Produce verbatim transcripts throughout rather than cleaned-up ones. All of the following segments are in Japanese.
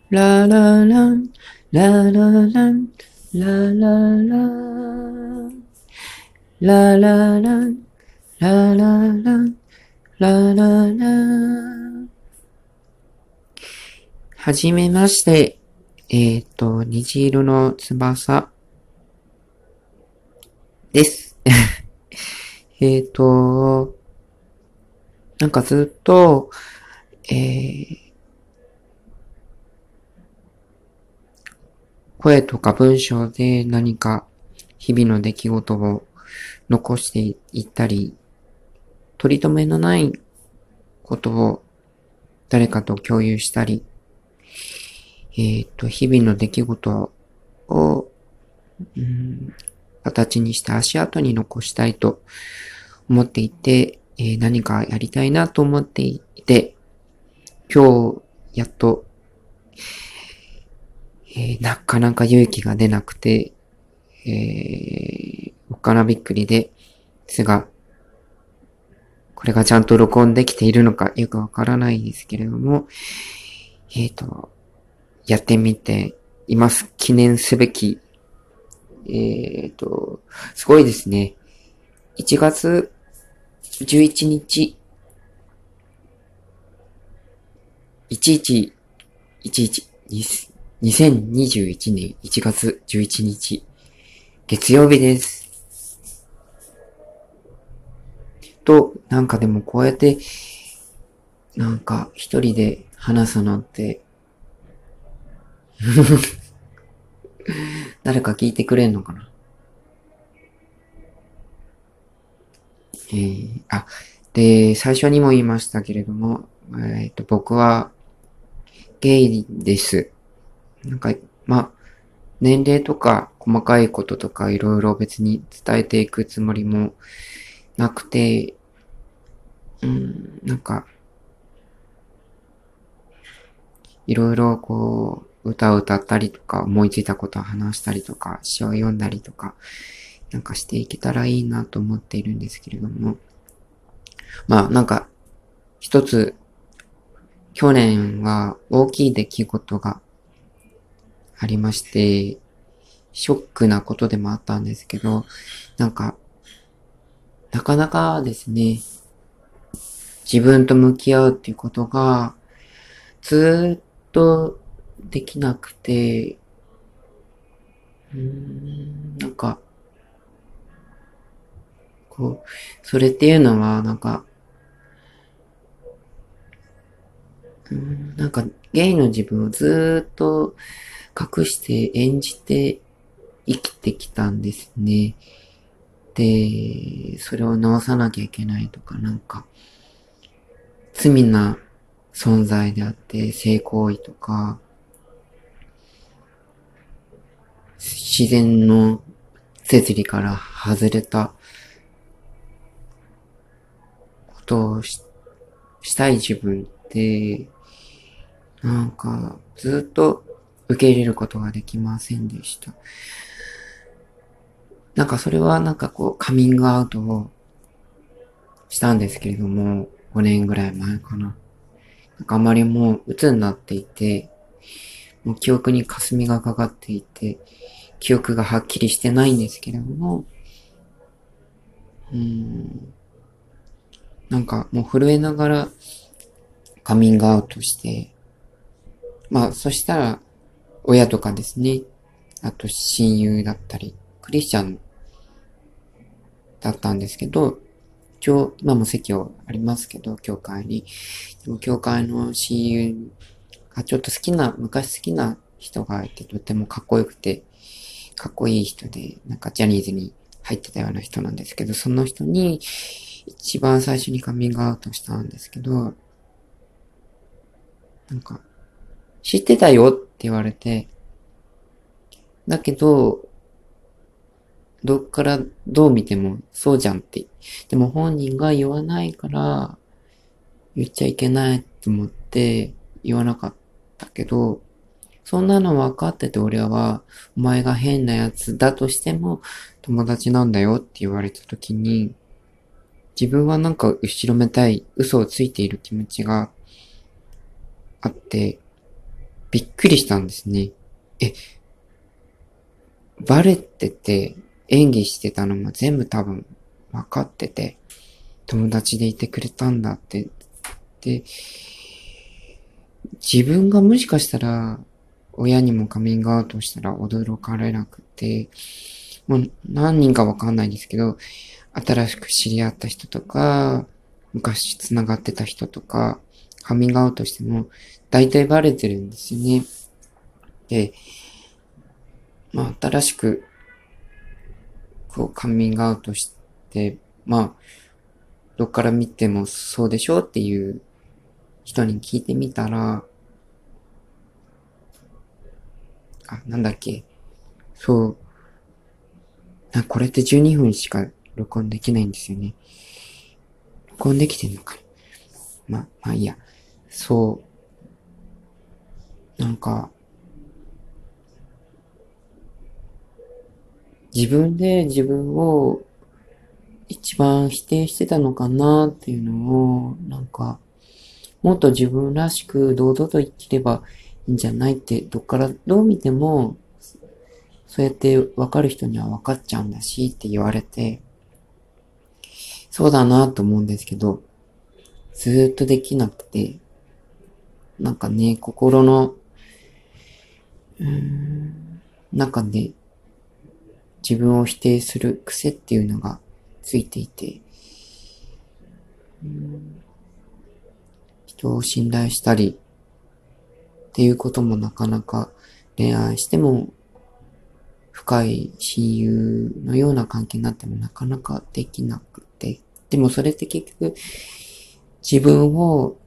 ラララン、ラララン、ラララン、ラララン、ラララン、ラララン。はじめまして。えっ、と、虹色の翼です。えっと、なんかずっと、えー、声とか文章で何か日々の出来事を残していったり、取り留めのないことを誰かと共有したり、えっ、と、日々の出来事を、うん、形にして足跡に残したいと思っていて、えー何かやりたいなと思っていて、今日、やっと、えーなかなか勇気が出なくて、えー、おっかなびっくりですが、これがちゃんと録音できているのかよくわからないですけれども、えっ、と、やってみています。記念すべき、えっ、と、すごいですね。いちがつじゅういちにち、いちいちいちいち、にせんにじゅういちねんいちがつじゅういちにち、月曜日です。と、なんかでもこうやって、なんか一人で話すのって、誰か聞いてくれんのかな。えー、あ、で、最初にも言いましたけれども、えっ、と、僕はゲイです。なんか、まあ、年齢とか細かいこととかいろいろ別に伝えていくつもりもなくて、うん、なんか、いろいろこう、歌を歌ったりとか、思いついたことを話したりとか、詩を読んだりとか、なんかしていけたらいいなと思っているんですけれども、まあなんか、一つ、去年は大きい出来事がありまして、ショックなことでもあったんですけど、なんか、なかなかですね、自分と向き合うっていうことが、ずーっとできなくて、うーん、なんか、こう、それっていうのは、なんか、うーん、なんか、ゲイの自分をずーっと隠して演じて生きてきたんですね。で、それを直さなきゃいけないとか、なんか、罪な存在であって、性行為とか、自然の摂理から外れたことをししたい自分って、なんか、ずっと受け入れることができませんでした。なんかそれはなんかこう、カミングアウトをしたんですけれども、ごねんぐらい前かな。なんかあまりもう鬱になっていて、もう記憶に霞がかかっていて、記憶がはっきりしてないんですけれども、うーん、なんかもう震えながらカミングアウトして、まあそしたら親とかですね、あと親友だったり、クリスチャンだったんですけど、今日、今も席をありますけど、教会に。でも教会の親友がちょっと好きな、昔好きな人がいて、とてもかっこよくて、かっこいい人で、なんかジャニーズに入ってたような人なんですけど、その人に一番最初にカミングアウトしたんですけど、なんか、知ってたよって言われて、だけど、どっからどう見てもそうじゃんって。でも本人が言わないから言っちゃいけないと思って言わなかったけど、そんなの分かってて俺は、お前が変なやつだとしても友達なんだよって言われた時に、自分はなんか後ろめたい嘘をついている気持ちがあって、 びっくりしたんですね。え、バレてて演技してたのも全部多分分かってて、友達でいてくれたんだって。で、自分がもしかしたら親にもカミングアウトしたら驚かれなくて、もう何人かわかんないですけど、新しく知り合った人とか、昔繋がってた人とか、カミングアウトしても、大体バレてるんですよね。で、まあ、新しく、こう、カミングアウトして、まあ、どっから見てもそうでしょっていう人に聞いてみたら、あ、なんだっけ、そう、なこれってじゅうにふんしか録音できないんですよね。録音できてんのかな。ま、まあいいや。そう、なんか、自分で自分を一番否定してたのかなっていうのを、なんか、もっと自分らしく堂々と生きればいいんじゃないって、どっからどう見ても、そうやって分かる人には分かっちゃうんだしって言われて、そうだなと思うんですけど、ずーっとできなくて、なんかね、心の、うーん、中で自分を否定する癖っていうのがついていて、人を信頼したりっていうこともなかなか恋愛しても深い親友のような関係になってもなかなかできなくて。でもそれって結局自分を、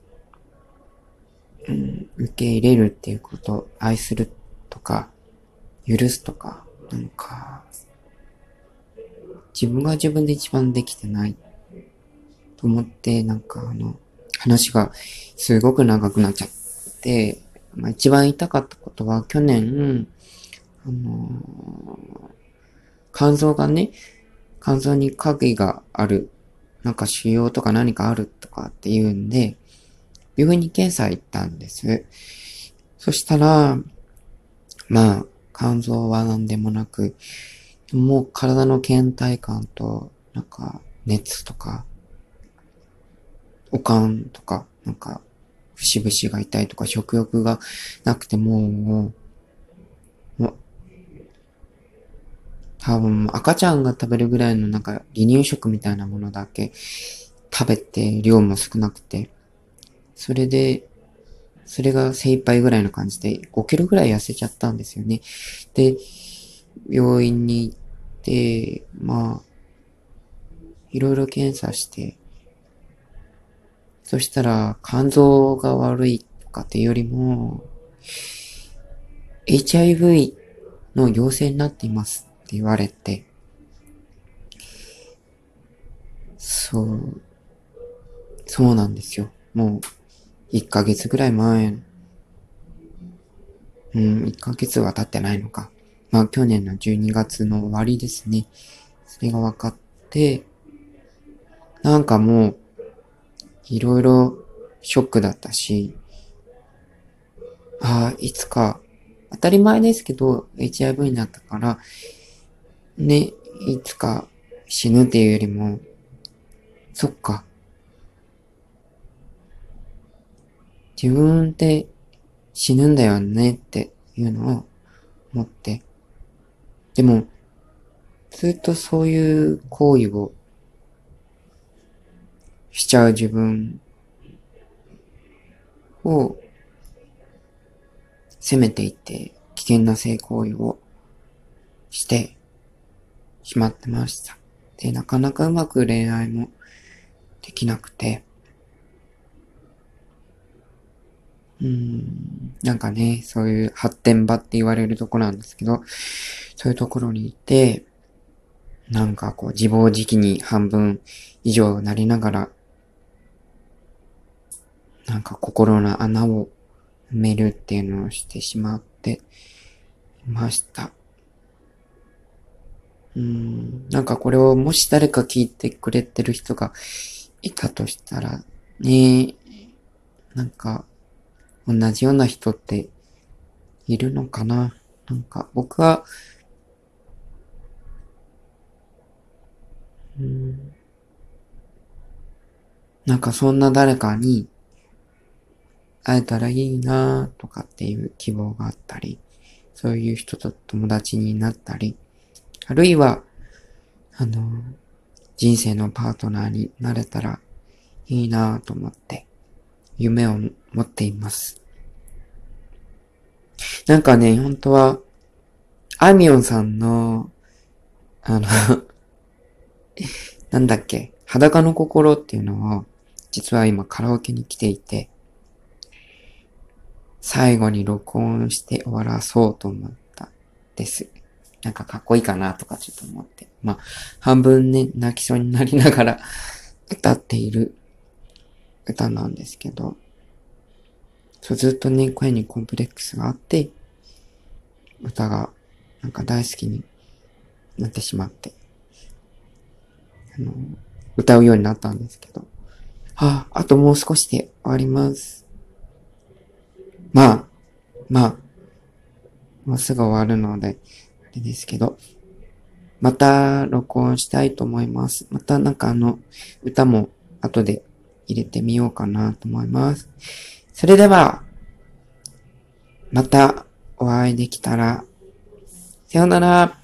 うん、受け入れるっていうこと、愛するとか、許すとか、なんか、自分が自分で一番できてないと思って、なんかあの、話がすごく長くなっちゃって、まあ、一番言いたかったことは去年、あのー肝臓がね、肝臓に影がある、なんか腫瘍とか何かあるとかって言うんで、病院に検査行ったんです。そしたら、まあ、肝臓は何でもなく、もう体の倦怠感と、なんか、熱とか、おかんとか、なんか、節々が痛いとか、食欲がなくてもう、もう、多分赤ちゃんが食べるぐらいのなんか離乳食みたいなものだけ食べて量も少なくて、それで、それが精一杯ぐらいの感じでごキロぐらい痩せちゃったんですよね。で、病院に行って、まあ、いろいろ検査して、そしたら肝臓が悪いとかっていうよりも、エイチアイブイ の陽性になっていますって言われて、そう、そうなんですよ。もう、いっかげつぐらい前、うん、いっかげつは経ってないのか。まあ、去年のじゅうにがつの終わりですね。それが分かって、なんかもう、いろいろショックだったし、ああ、いつか、当たり前ですけど、エイチアイブイ になったから、ね、いつか死ぬっていうよりも、そっか、自分って死ぬんだよねっていうのを思って、でも、ずっとそういう行為をしちゃう自分を責めていて、危険な性行為をしてしまってました。で、なかなかうまく恋愛もできなくて、うーん、なんかね、そういう発展場って言われるとこなんですけど、そういうところにいて、なんかこう自暴自棄に半分以上なりながら、なんか心の穴を埋めるっていうのをしてしまっていました。うーん、なんかこれをもし誰か聞いてくれてる人がいたとしたら、ね、なんか同じような人っているのかな。なんか僕は、うーん、なんかそんな誰かに会えたらいいなとかっていう希望があったり、そういう人と友達になったり、あるいは、あの、人生のパートナーになれたらいいなと思って夢を持っています。なんかね、本当は、あいみょんさんの、あのなんだっけ、裸の心っていうのを、実は今カラオケに来ていて、最後に録音して終わらそうと思ったです。なんかかっこいいかなとかちょっと思って。まあ、半分ね、泣きそうになりながら歌っている歌なんですけど、そうずっとね、声にコンプレックスがあって、歌がなんか大好きになってしまって、あの、歌うようになったんですけど、ああ、あともう少しで終わります。まあ、まあ、もうすぐ終わるので、あれですけど、また録音したいと思います。またなんかあの、歌も後で入れてみようかなと思います。それでは、またお会いできたら、さようなら。